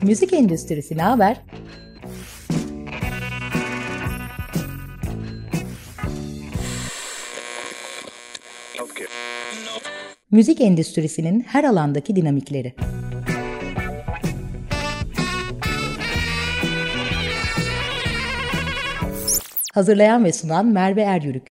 Müzik endüstrisi ne haber? Müzik endüstrisinin her alandaki dinamikleri. Hazırlayan ve sunan Merve Eryürük.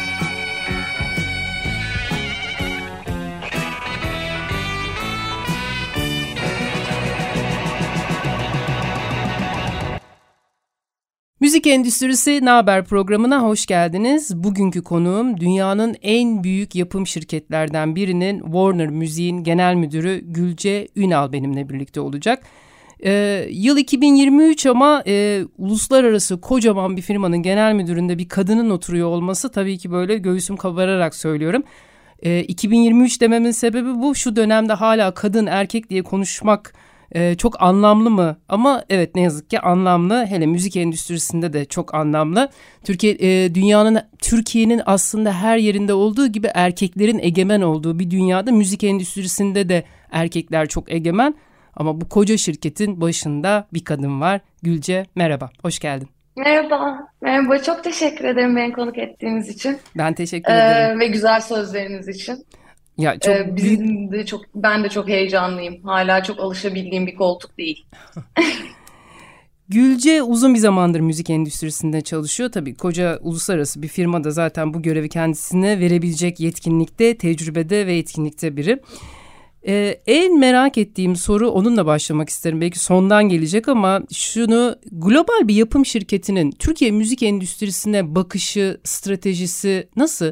Müzik Endüstrisi Ne Haber programına hoş geldiniz. Bugünkü konuğum dünyanın en büyük yapım şirketlerden birinin Warner Müziğin genel müdürü Gülce Ünal benimle birlikte olacak. Yıl 2023 ama uluslararası kocaman bir firmanın genel müdüründe bir kadının oturuyor olması tabii ki böyle göğsüm kabararak söylüyorum. 2023 dememin sebebi bu. Şu dönemde hala kadın erkek diye konuşmak çok anlamlı mı? Ama evet, ne yazık ki anlamlı. Hele müzik endüstrisinde de çok anlamlı. Türkiye'nin aslında her yerinde olduğu gibi erkeklerin egemen olduğu bir dünyada müzik endüstrisinde de erkekler çok egemen. Ama bu koca şirketin başında bir kadın var. Gülce, merhaba, hoş geldin. Merhaba. Çok teşekkür ederim beni konuk ettiğiniz için. Ben teşekkür ederim. Ve güzel sözleriniz için. Ya çok büyük... Ben de çok heyecanlıyım. Hala çok alışabildiğim bir koltuk değil. Gülce uzun bir zamandır müzik endüstrisinde çalışıyor. Tabii koca uluslararası bir firmada zaten bu görevi kendisine verebilecek yetkinlikte, tecrübede ve yetkinlikte biri. En merak ettiğim soru, onunla başlamak isterim. Belki sondan gelecek ama şunu, global bir yapım şirketinin Türkiye müzik endüstrisine bakışı, stratejisi nasıl?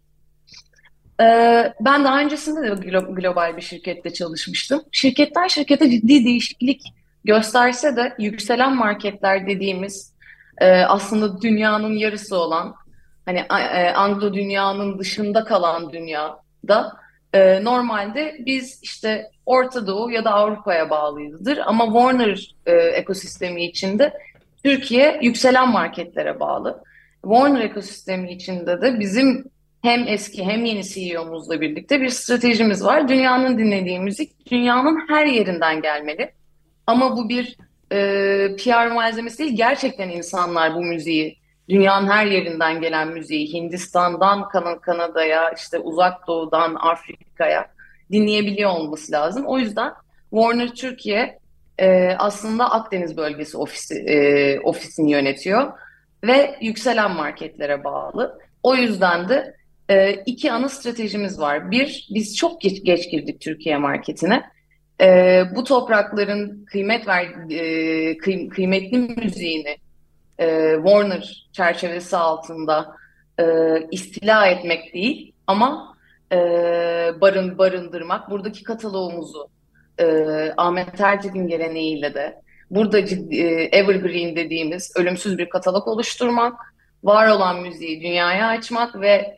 Ben daha öncesinde de global bir şirkette çalışmıştım. Şirketten şirkete ciddi değişiklik gösterse de yükselen marketler dediğimiz aslında dünyanın yarısı olan, hani Anglo dünyanın dışında kalan dünyada normalde biz işte Orta Doğu ya da Avrupa'ya bağlıyızdır. Ama Warner ekosistemi içinde Türkiye yükselen marketlere bağlı. Warner ekosistemi içinde de bizim hem eski hem yeni CEO'muzla birlikte bir stratejimiz var. Dünyanın dinlediği müzik dünyanın her yerinden gelmeli. Ama bu bir PR malzemesi değil. Gerçekten insanlar bu müziği, dünyanın her yerinden gelen müziği, Hindistan'dan Kanada'ya, işte Uzak Doğu'dan Afrika'ya dinleyebiliyor olması lazım. O yüzden Warner Türkiye aslında Akdeniz bölgesi ofisini yönetiyor ve yükselen marketlere bağlı. O yüzden de iki ana stratejimiz var. Bir, biz çok geç girdik Türkiye marketine. Bu toprakların kıymetli müziğini Warner çerçevesi altında istila etmek değil ama barındırmak. Buradaki kataloğumuzu Ahmet Ertekin geleneğiyle de burada evergreen dediğimiz ölümsüz bir katalog oluşturmak, var olan müziği dünyaya açmak ve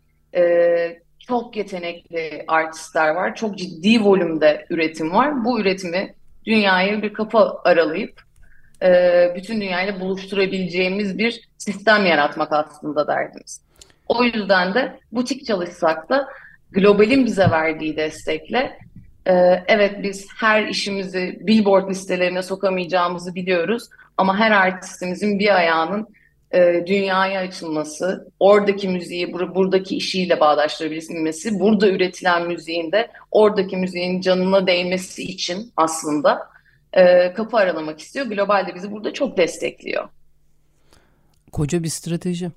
çok yetenekli artistler var. Çok ciddi volümde üretim var. Bu üretimi dünyaya bir kapı aralayıp bütün dünyayla buluşturabileceğimiz bir sistem yaratmak aslında derdimiz. O yüzden de butik çalışsak da globalin bize verdiği destekle evet, biz her işimizi Billboard listelerine sokamayacağımızı biliyoruz. Ama her artistimizin bir ayağının dünyaya açılması, oradaki müziği buradaki işiyle bağdaştırabilmesi, burada üretilen müziğin de oradaki müziğin canına değmesi için aslında kapı aralamak istiyor. Global de bizi burada çok destekliyor. Koca bir strateji.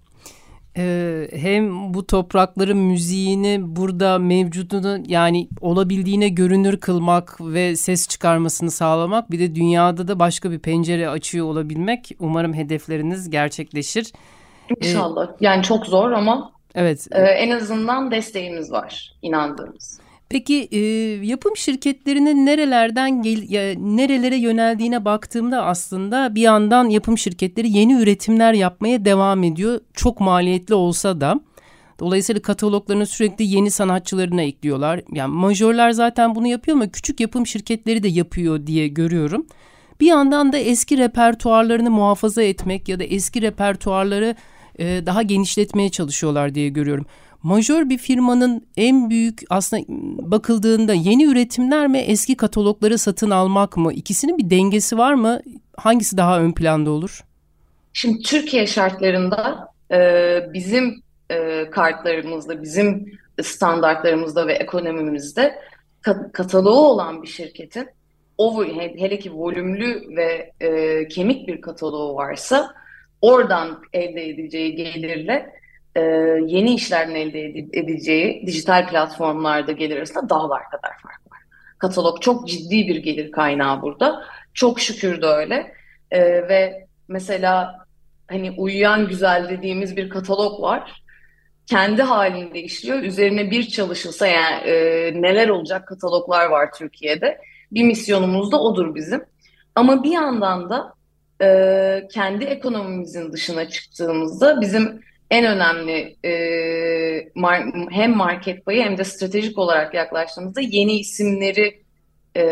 Hem bu toprakların müziğini burada mevcudunu, yani olabildiğine görünür kılmak ve ses çıkarmasını sağlamak, bir de dünyada da başka bir pencere açıyor olabilmek. Umarım hedefleriniz gerçekleşir. İnşallah. Yani çok zor ama evet. En azından desteğimiz var, inandığımız. Peki yapım şirketlerinin nerelere yöneldiğine baktığımda aslında bir yandan yapım şirketleri yeni üretimler yapmaya devam ediyor. Çok maliyetli olsa da. Dolayısıyla kataloglarına sürekli yeni sanatçılarına ekliyorlar. Yani majörler zaten bunu yapıyor ama küçük yapım şirketleri de yapıyor diye görüyorum. Bir yandan da eski repertuarlarını muhafaza etmek ya da eski repertuarları daha genişletmeye çalışıyorlar diye görüyorum. Majör bir firmanın en büyük aslında bakıldığında yeni üretimler mi, eski katalogları satın almak mı? İkisinin bir dengesi var mı? Hangisi daha ön planda olur? Şimdi Türkiye şartlarında bizim kartlarımızda, bizim standartlarımızda ve ekonomimizde kataloğu olan bir şirketin hele ki volümlü ve kemik bir kataloğu varsa oradan elde edeceği gelirle e, yeni işlerden elde edeceği dijital platformlarda gelir arasında dağlar kadar fark var. Katalog çok ciddi bir gelir kaynağı burada. Çok şükür de öyle. Ve mesela hani Uyuyan Güzel dediğimiz bir katalog var. Kendi halinde işliyor. Üzerine bir çalışılsa yani neler olacak kataloglar var Türkiye'de. Bir misyonumuz da odur bizim. Ama bir yandan da kendi ekonomimizin dışına çıktığımızda bizim en önemli hem market payı hem de stratejik olarak yaklaştığımızda yeni isimleri e,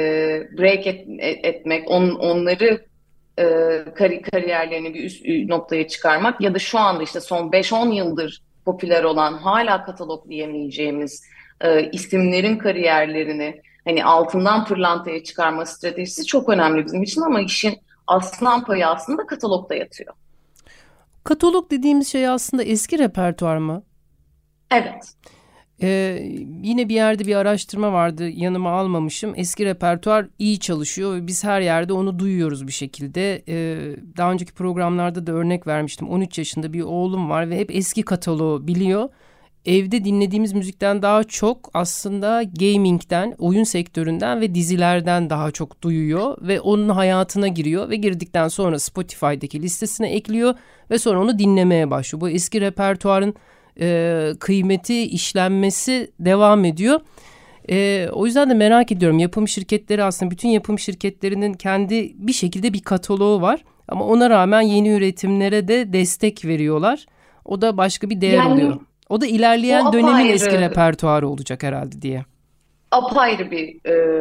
etmek, onları kariyerlerini bir üst noktaya çıkarmak ya da şu anda işte son 5-10 yıldır popüler olan hala katalog diyemeyeceğimiz isimlerin kariyerlerini hani altından pırlantaya çıkarma stratejisi çok önemli bizim için ama işin aslan payı aslında katalogda yatıyor. Katalog dediğimiz şey aslında eski repertuar mı? Evet. Yine bir yerde bir araştırma vardı, yanıma almamışım. Eski repertuar iyi çalışıyor ve biz her yerde onu duyuyoruz bir şekilde. Daha önceki programlarda da örnek vermiştim. 13 yaşında bir oğlum var ve hep eski kataloğu biliyor. Evde dinlediğimiz müzikten daha çok aslında gaming'den, oyun sektöründen ve dizilerden daha çok duyuyor ve onun hayatına giriyor ve girdikten sonra Spotify'daki listesine ekliyor ve sonra onu dinlemeye başlıyor. Bu eski repertuarın kıymeti, işlenmesi devam ediyor. O yüzden de merak ediyorum, yapım şirketleri aslında bütün yapım şirketlerinin kendi bir şekilde bir kataloğu var ama ona rağmen yeni üretimlere de destek veriyorlar. O da başka bir değer oluyor. O da ilerleyen dönemin eski repertuarı olacak herhalde diye. Apayrı bir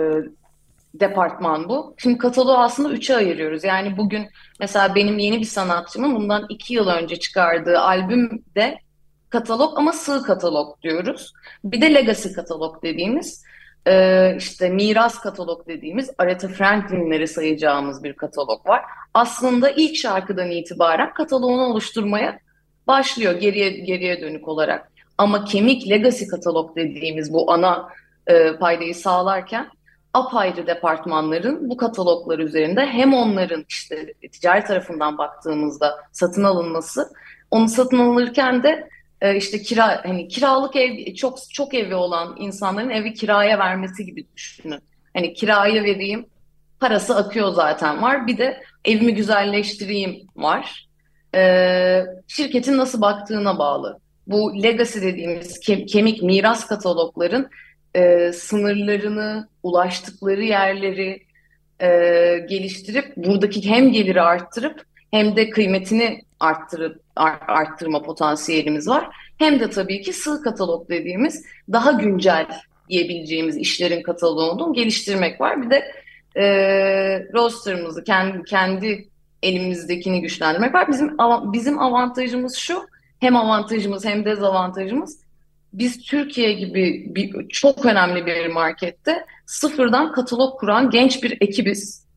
departman bu. Şimdi kataloğu aslında üçe ayırıyoruz. Yani bugün mesela benim yeni bir sanatçımın bundan 2 yıl önce çıkardığı albümde katalog ama sığ katalog diyoruz. Bir de legacy katalog dediğimiz işte miras katalog dediğimiz Aretha Franklin'leri sayacağımız bir katalog var. Aslında ilk şarkıdan itibaren kataloğunu oluşturmaya başlıyor geriye dönük olarak. Ama kemik legacy katalog dediğimiz bu ana paydayı sağlarken apayrı departmanların bu kataloglar üzerinde hem onların işte ticari tarafından baktığımızda satın alınması, onu satın alırken de işte hani kiralık ev çok evi olan insanların evi kiraya vermesi gibi düşünün. Hani kiraya vereyim, parası akıyor zaten var. Bir de evimi güzelleştireyim var. Şirketin nasıl baktığına bağlı. Bu legacy dediğimiz kemik miras katalogların sınırlarını, ulaştıkları yerleri geliştirip buradaki hem geliri arttırıp hem de kıymetini arttırma potansiyelimiz var. Hem de tabii ki sığ katalog dediğimiz daha güncel diyebileceğimiz işlerin kataloğunu geliştirmek var. Bir de rosterımızı kendi elimizdekini güçlendirmek var. Bizim avantajımız şu, hem avantajımız hem dezavantajımız. Biz Türkiye gibi çok önemli bir markette sıfırdan katalog kuran genç bir ekibiz.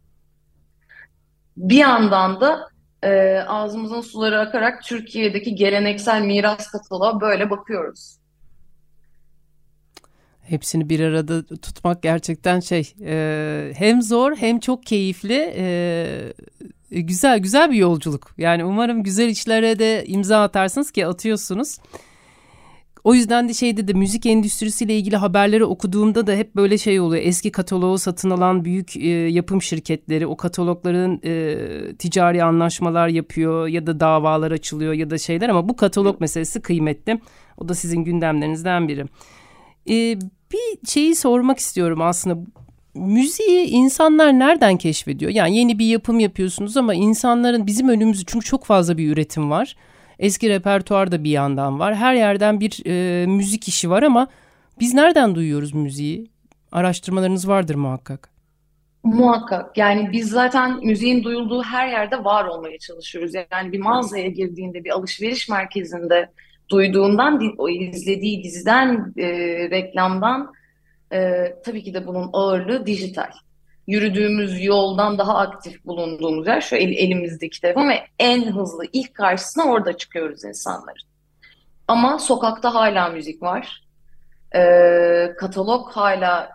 Bir yandan da ağzımızın suları akarak Türkiye'deki geleneksel miras kataloğa böyle bakıyoruz. Hepsini bir arada tutmak gerçekten hem zor hem çok keyifli, güzel bir yolculuk. Yani umarım güzel işlere de imza atarsınız ki atıyorsunuz. O yüzden de müzik endüstrisiyle ilgili haberleri okuduğumda da hep böyle oluyor. Eski kataloğu satın alan büyük yapım şirketleri o katalogların ticari anlaşmalar yapıyor ya da davalar açılıyor ya da şeyler ama bu katalog meselesi kıymetli. O da sizin gündemlerinizden biri. Bir şeyi sormak istiyorum aslında. Müziği insanlar nereden keşfediyor? Yani yeni bir yapım yapıyorsunuz ama insanların bizim önümüzde çünkü çok fazla bir üretim var. Eski repertuar da bir yandan var. Her yerden bir müzik işi var ama biz nereden duyuyoruz müziği? Araştırmalarınız vardır muhakkak. Muhakkak. Yani biz zaten müziğin duyulduğu her yerde var olmaya çalışıyoruz. Yani bir mağazaya girdiğinde, bir alışveriş merkezinde duyduğundan, o izlediği diziden, reklamdan, tabii ki de bunun ağırlığı dijital. Yürüdüğümüz yoldan daha aktif bulunduğumuz yer şu elimizdeki telefon ve en hızlı ilk karşısına orada çıkıyoruz insanların. Ama sokakta hala müzik var. Katalog hala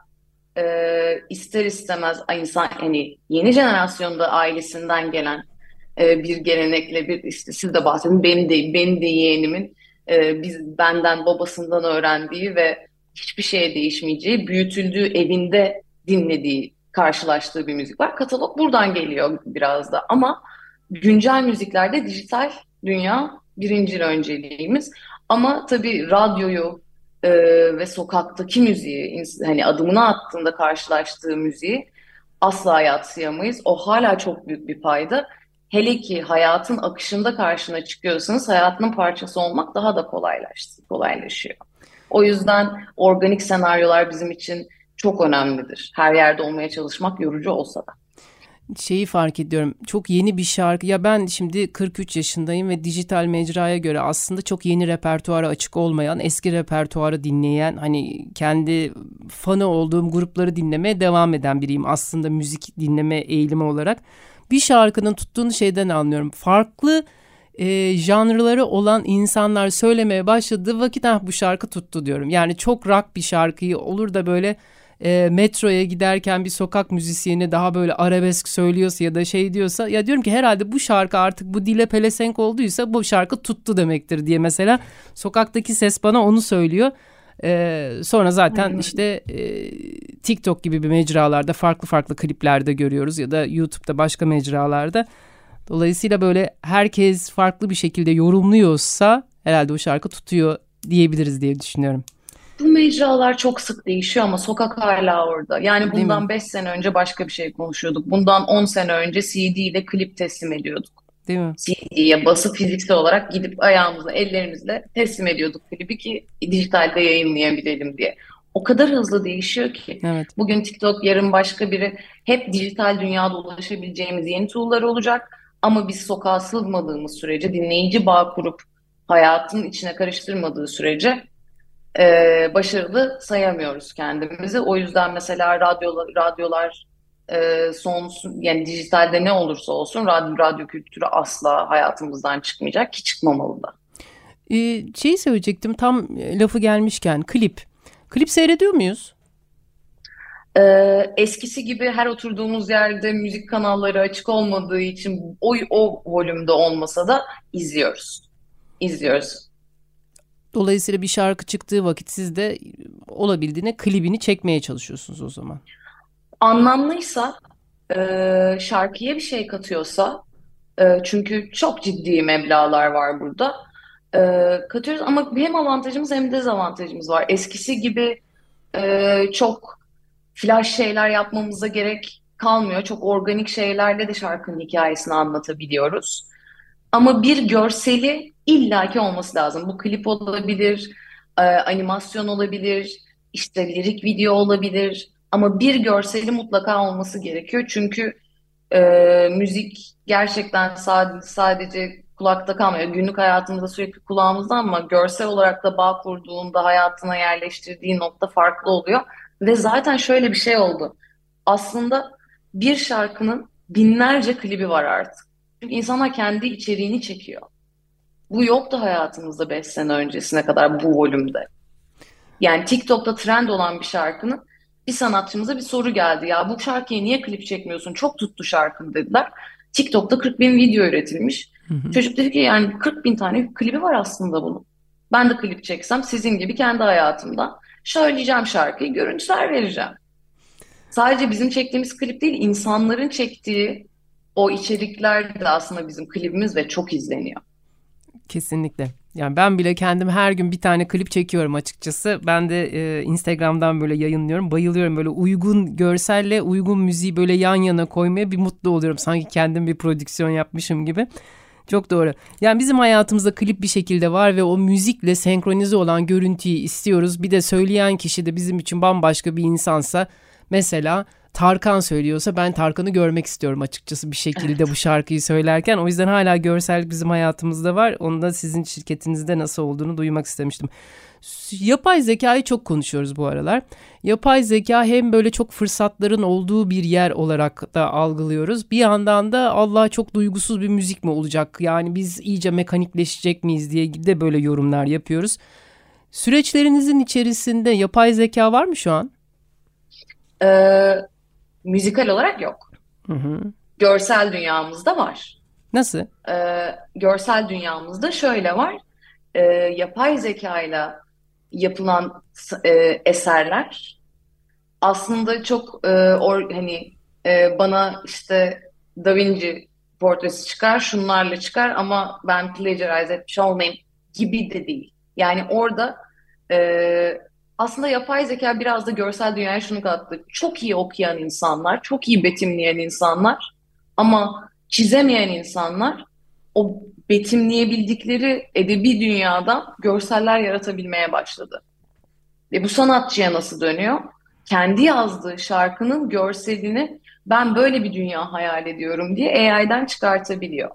ister istemez insan, hani yeni jenerasyonda ailesinden gelen bir gelenekle, bir işte siz de bahsedin, benim de yeğenimin benden babasından öğrendiği ve hiçbir şeye değişmeyeceği, büyütüldüğü evinde dinlediği, karşılaştığı bir müzik var. Katalog buradan geliyor biraz da, ama güncel müziklerde dijital dünya birinci önceliğimiz. Ama tabii radyoyu ve sokaktaki müziği, hani adımını attığında karşılaştığı müziği asla yadsıyamayız. O hala çok büyük bir payda. Hele ki hayatın akışında karşına çıkıyorsanız hayatının parçası olmak daha da kolaylaşıyor. O yüzden organik senaryolar bizim için çok önemlidir. Her yerde olmaya çalışmak yorucu olsa da. Şeyi fark ediyorum, çok yeni bir şarkı, ya ben şimdi 43 yaşındayım ve dijital mecraya göre aslında çok yeni repertuara açık olmayan, eski repertuarı dinleyen, hani kendi fanı olduğum grupları dinlemeye devam eden biriyim aslında müzik dinleme eğilimi olarak. Bir şarkının tuttuğunu şeyden anlıyorum, farklı janrları olan insanlar söylemeye başladığı vakit bu şarkı tuttu diyorum. Yani çok rock bir şarkıyı olur da böyle metroya giderken bir sokak müzisyeni daha böyle arabesk söylüyorsa ya da şey diyorsa, ya diyorum ki herhalde bu şarkı artık bu dile pelesenk olduysa bu şarkı tuttu demektir diye, mesela sokaktaki ses bana onu söylüyor. Sonra zaten işte TikTok gibi bir mecralarda farklı kliplerde görüyoruz ya da YouTube'da başka mecralarda. Dolayısıyla böyle herkes farklı bir şekilde yorumluyorsa herhalde o şarkı tutuyor diyebiliriz diye düşünüyorum. Bu mecralar çok sık değişiyor ama sokak hala orada. Yani bundan 5 sene önce başka bir şey konuşuyorduk. Bundan 10 sene önce CD ile klip teslim ediyorduk. Değil mi? CD'ye basıp fiziksel olarak gidip ayağımızla, ellerimizle teslim ediyorduk klibi ki dijitalde yayınlayabilelim diye. O kadar hızlı değişiyor ki. Evet. Bugün TikTok, yarın başka biri. Hep dijital dünyada ulaşabileceğimiz yeni tool'lar olacak. Ama biz sokağa sığmadığımız sürece, dinleyici bağ kurup hayatın içine karıştırmadığı sürece başarılı sayamıyoruz kendimizi. O yüzden mesela radyolar yani dijitalde ne olursa olsun radyo kültürü asla hayatımızdan çıkmayacak ki çıkmamalı da. Şeyi söyleyecektim tam lafı gelmişken, klip seyrediyor muyuz? Eskisi gibi her oturduğumuz yerde müzik kanalları açık olmadığı için o volümde olmasa da izliyoruz. Dolayısıyla bir şarkı çıktığı vakit siz de olabildiğine klibini çekmeye çalışıyorsunuz o zaman. Anlamlıysa, şarkıya bir şey katıyorsa, çünkü çok ciddi meblağlar var burada, katıyoruz ama hem avantajımız hem dezavantajımız var. Eskisi gibi çok flash şeyler yapmamıza gerek kalmıyor. Çok organik şeylerle de şarkının hikayesini anlatabiliyoruz. Ama bir görseli illaki olması lazım. Bu klip olabilir, animasyon olabilir, işte lirik video olabilir. Ama bir görseli mutlaka olması gerekiyor. Çünkü müzik gerçekten sadece kulakta kalmıyor. Günlük hayatımızda sürekli kulağımızda, ama görsel olarak da bağ kurduğunda hayatına yerleştirdiği nokta farklı oluyor. Ve zaten şöyle bir şey oldu. Aslında bir şarkının binlerce klibi var artık. Çünkü insanlar kendi içeriğini çekiyor. Bu yoktu hayatımızda 5 sene öncesine kadar bu volümde. Yani TikTok'ta trend olan bir şarkının, bir sanatçımıza bir soru geldi. Ya bu şarkıya niye klip çekmiyorsun? Çok tuttu şarkın dediler. TikTok'ta 40 bin video üretilmiş. Çocuk dedi ki yani 40 bin tane klibi var aslında bunun. Ben de klip çeksem sizin gibi kendi hayatımdan söyleyeceğim şarkıyı, görüntüler vereceğim. Sadece bizim çektiğimiz klip değil, insanların çektiği o içerikler de aslında bizim klibimiz ve çok izleniyor. Kesinlikle. Yani ben bile kendim her gün bir tane klip çekiyorum açıkçası. Ben de Instagram'dan böyle yayınlıyorum. Bayılıyorum böyle uygun görselle uygun müziği böyle yan yana koymaya, bir mutlu oluyorum. Sanki kendim bir prodüksiyon yapmışım gibi. Çok doğru. Yani bizim hayatımızda klip bir şekilde var ve o müzikle senkronize olan görüntüyü istiyoruz. Bir de söyleyen kişi de bizim için bambaşka bir insansa, mesela Tarkan söylüyorsa ben Tarkan'ı görmek istiyorum açıkçası bir şekilde bu şarkıyı söylerken. O yüzden hala görsellik bizim hayatımızda var. Onu da sizin şirketinizde nasıl olduğunu duymak istemiştim. Yapay zekayı çok konuşuyoruz bu aralar. Yapay zeka hem böyle çok fırsatların olduğu bir yer olarak da algılıyoruz. Bir yandan da Allah çok duygusuz bir müzik mi olacak? Yani biz iyice mekanikleşecek miyiz diye de böyle yorumlar yapıyoruz. Süreçlerinizin içerisinde yapay zeka var mı şu an? Müzikal olarak yok. Hı hı. Görsel dünyamızda var. Nasıl? Görsel dünyamızda şöyle var. Yapay zekayla yapılan eserler aslında çok bana işte Da Vinci portresi çıkar, şunlarla çıkar ama ben plagiarize etmiş olmayayım gibi de değil. Yani orada aslında yapay zeka biraz da görsel dünyaya şunu kattı. Çok iyi okuyan insanlar, çok iyi betimleyen insanlar ama çizemeyen insanlar o betimleyebildikleri edebi dünyada görseller yaratabilmeye başladı. Ve bu sanatçıya nasıl dönüyor? Kendi yazdığı şarkının görselini ben böyle bir dünya hayal ediyorum diye AI'den çıkartabiliyor.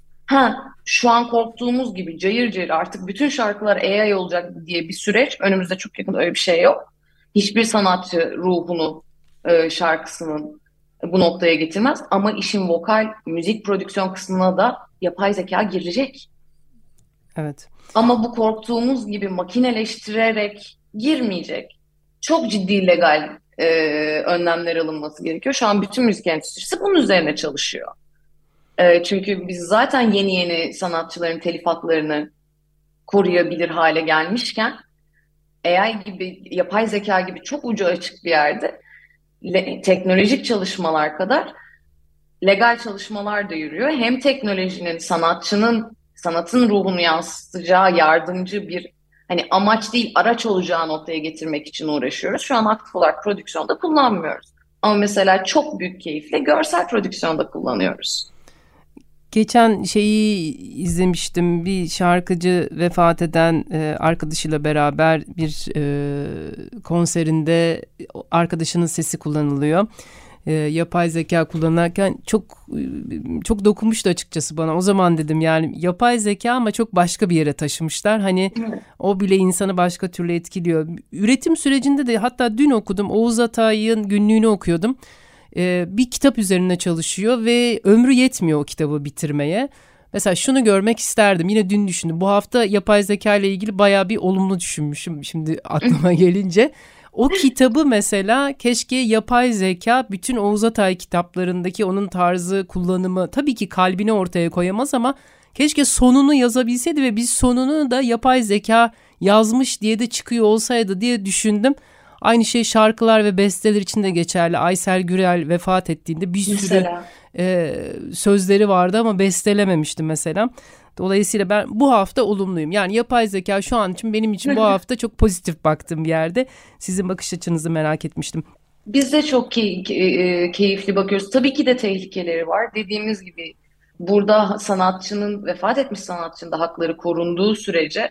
Şu an korktuğumuz gibi cayır cayır artık bütün şarkılar AI olacak diye bir süreç önümüzde çok yakın öyle bir şey yok. Hiçbir sanatçı ruhunu şarkısının bu noktaya getirmez ama işin vokal müzik prodüksiyon kısmına da yapay zeka girecek. Evet. Ama bu korktuğumuz gibi makineleştirerek girmeyecek. Çok ciddi legal önlemler alınması gerekiyor. Şu an bütün müzik endüstrisi bunun üzerine çalışıyor. Çünkü biz zaten yeni yeni sanatçıların telif haklarını koruyabilir hale gelmişken AI gibi, yapay zeka gibi çok ucu açık bir yerde teknolojik çalışmalar kadar legal çalışmalar da yürüyor. Hem teknolojinin sanatın ruhunu yansıtacağı yardımcı bir amaç değil araç olacağı noktaya getirmek için uğraşıyoruz. Şu an aktif olarak prodüksiyonda kullanmıyoruz. Ama mesela çok büyük keyifle görsel prodüksiyonda kullanıyoruz. Geçen şeyi izlemiştim. Bir şarkıcı vefat eden arkadaşıyla beraber bir konserinde arkadaşının sesi kullanılıyor. Yapay zeka kullanırken çok dokunmuştu açıkçası bana. O zaman dedim yani yapay zeka ama çok başka bir yere taşımışlar. O bile insanı başka türlü etkiliyor. Üretim sürecinde de hatta dün okudum. Oğuz Atay'ın günlüğünü okuyordum. Bir kitap üzerine çalışıyor ve ömrü yetmiyor o kitabı bitirmeye. Mesela şunu görmek isterdim. Yine dün düşündüm. Bu hafta yapay zeka ile ilgili bayağı bir olumlu düşünmüşüm şimdi aklıma gelince. O kitabı mesela keşke yapay zeka bütün Oğuz Atay kitaplarındaki onun tarzı, kullanımı tabii ki kalbini ortaya koyamaz ama keşke sonunu yazabilseydi ve biz sonunu da yapay zeka yazmış diye de çıkıyor olsaydı diye düşündüm. Aynı şey şarkılar ve besteler için de geçerli. Aysel Gürel vefat ettiğinde bir sürü sözleri vardı ama bestelememişti mesela. Dolayısıyla ben bu hafta olumluyum. Yani yapay zeka şu an için benim için bu hafta çok pozitif baktığım bir yerde. Sizin bakış açınızı merak etmiştim. Biz de çok keyifli bakıyoruz. Tabii ki de tehlikeleri var. Dediğimiz gibi burada vefat etmiş sanatçının da hakları korunduğu sürece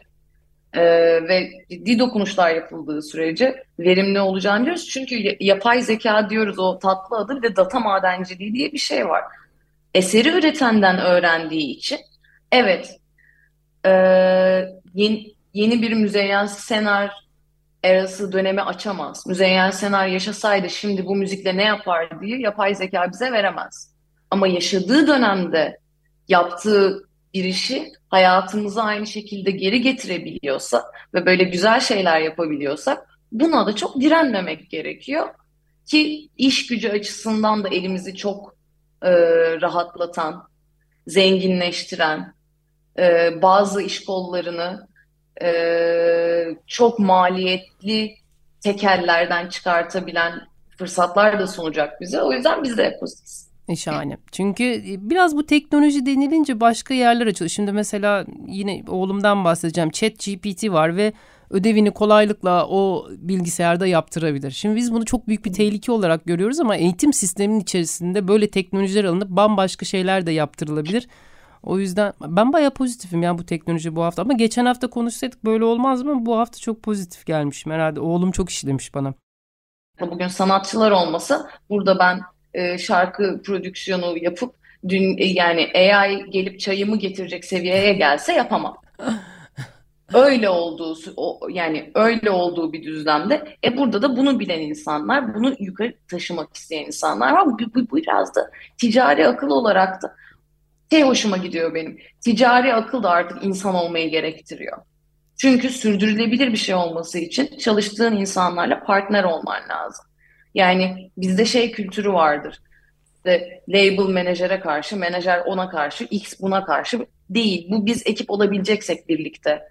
ve ciddi dokunuşlar yapıldığı sürece verimli olacağını diyoruz. Çünkü yapay zeka diyoruz, o tatlı adı, bir de data madenciliği diye bir şey var. Eseri üretenden öğrendiği için evet, yeni bir Müzeyyen Senar erası dönemi açamaz. Müzeyyen Senar yaşasaydı şimdi bu müzikle ne yapar diye yapay zeka bize veremez. Ama yaşadığı dönemde yaptığı bir işi hayatımıza aynı şekilde geri getirebiliyorsa ve böyle güzel şeyler yapabiliyorsak buna da çok direnmemek gerekiyor. Ki iş gücü açısından da elimizi çok rahatlatan, zenginleştiren, bazı iş kollarını çok maliyetli tekellerden çıkartabilen fırsatlar da sunacak bize. O yüzden biz de pozitifiz. Şahane. Çünkü biraz bu teknoloji denilince başka yerler açılıyor. Şimdi mesela yine oğlumdan bahsedeceğim. ChatGPT var ve ödevini kolaylıkla o bilgisayarda yaptırabilir. Şimdi biz bunu çok büyük bir tehlike olarak görüyoruz ama eğitim sisteminin içerisinde böyle teknolojiler alınıp bambaşka şeyler de yaptırılabilir. O yüzden ben bayağı pozitifim yani bu teknoloji bu hafta. Ama geçen hafta konuşsaydık böyle olmaz mı? Bu hafta çok pozitif gelmişim herhalde. Oğlum çok işlemiş bana. Bugün sanatçılar olmasa burada ben şarkı prodüksiyonu yapıp yani AI gelip çayımı getirecek seviyeye gelse yapamam. Öyle olduğu yani öyle olduğu bir düzlemde burada da bunu bilen insanlar, bunu yukarı taşımak isteyen insanlar var. Bu biraz da ticari akıl olarak da hoşuma gidiyor benim. Ticari akıl da artık insan olmayı gerektiriyor. Çünkü sürdürülebilir bir şey olması için çalıştığın insanlarla partner olman lazım. Yani bizde kültürü vardır. İşte label menajere karşı, menajer ona karşı, X buna karşı değil. Bu biz ekip olabileceksek birlikte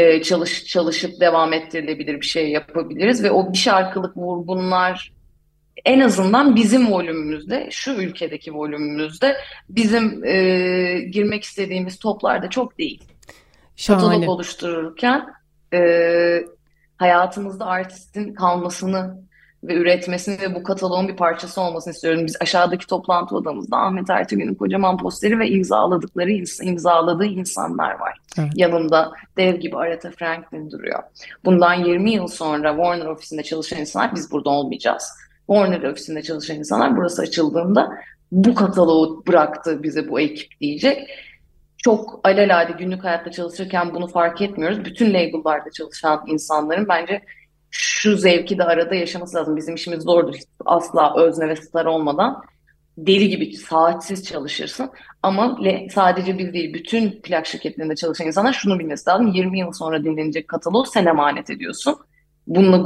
çalışıp devam ettirilebilir bir şey yapabiliriz ve o bir şarkılık vurgunlar en azından bizim volümümüzde, şu ülkedeki volümümüzde bizim girmek istediğimiz toplarda çok değil. Katalog Şahane. oluştururken e, hayatımızda artistin kalmasını ve üretmesini ve bu kataloğun bir parçası olmasını istiyorum. Biz aşağıdaki toplantı odamızda Ahmet Ertegün'ün kocaman posteri ve imzaladığı insanlar var. Evet. Yanında dev gibi Aretha Franklin duruyor. Bundan 20 yıl sonra Warner ofisinde çalışan insanlar, biz burada olmayacağız. Warner ofisinde çalışan insanlar burası açıldığında bu kataloğu bıraktı bize bu ekip diyecek. Çok alelade günlük hayatta çalışırken bunu fark etmiyoruz. Bütün label'larda çalışan insanların bence şu zevki de arada yaşaması lazım. Bizim işimiz zordur. Asla özne ve star olmadan deli gibi saatsiz çalışırsın. Ama sadece biz değil, bütün plak şirketlerinde çalışan insanlar şunu bilmesi lazım. 20 yıl sonra dinlenecek kataloğu sen emanet ediyorsun. Bununla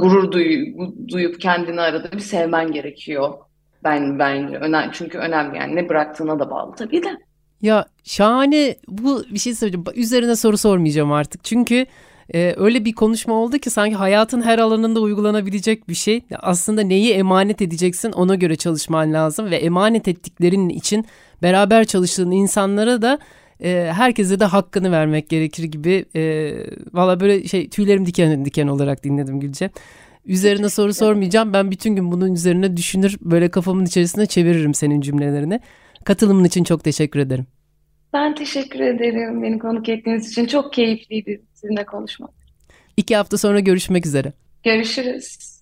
duyup kendini arada bir sevmen gerekiyor. Bence önemli. Çünkü önemli, yani ne bıraktığına da bağlı tabii de. Ya şahane, bu bir şey söyleyeceğim. Üzerine soru sormayacağım artık. Çünkü öyle bir konuşma oldu ki sanki hayatın her alanında uygulanabilecek bir şey. Aslında neyi emanet edeceksin, ona göre çalışman lazım ve emanet ettiklerin için beraber çalıştığın insanlara da herkese de hakkını vermek gerekir gibi. Valla böyle tüylerim diken diken olarak dinledim Gülce. Üzerine soru sormayacağım. Ben bütün gün bunun üzerine düşünür, böyle kafamın içerisine çeviririm senin cümlelerini. Katılımın için çok teşekkür ederim. Ben teşekkür ederim. Beni konuk ettiğiniz için çok keyifliydi sizinle konuşmak. 2 hafta sonra görüşmek üzere. Görüşürüz.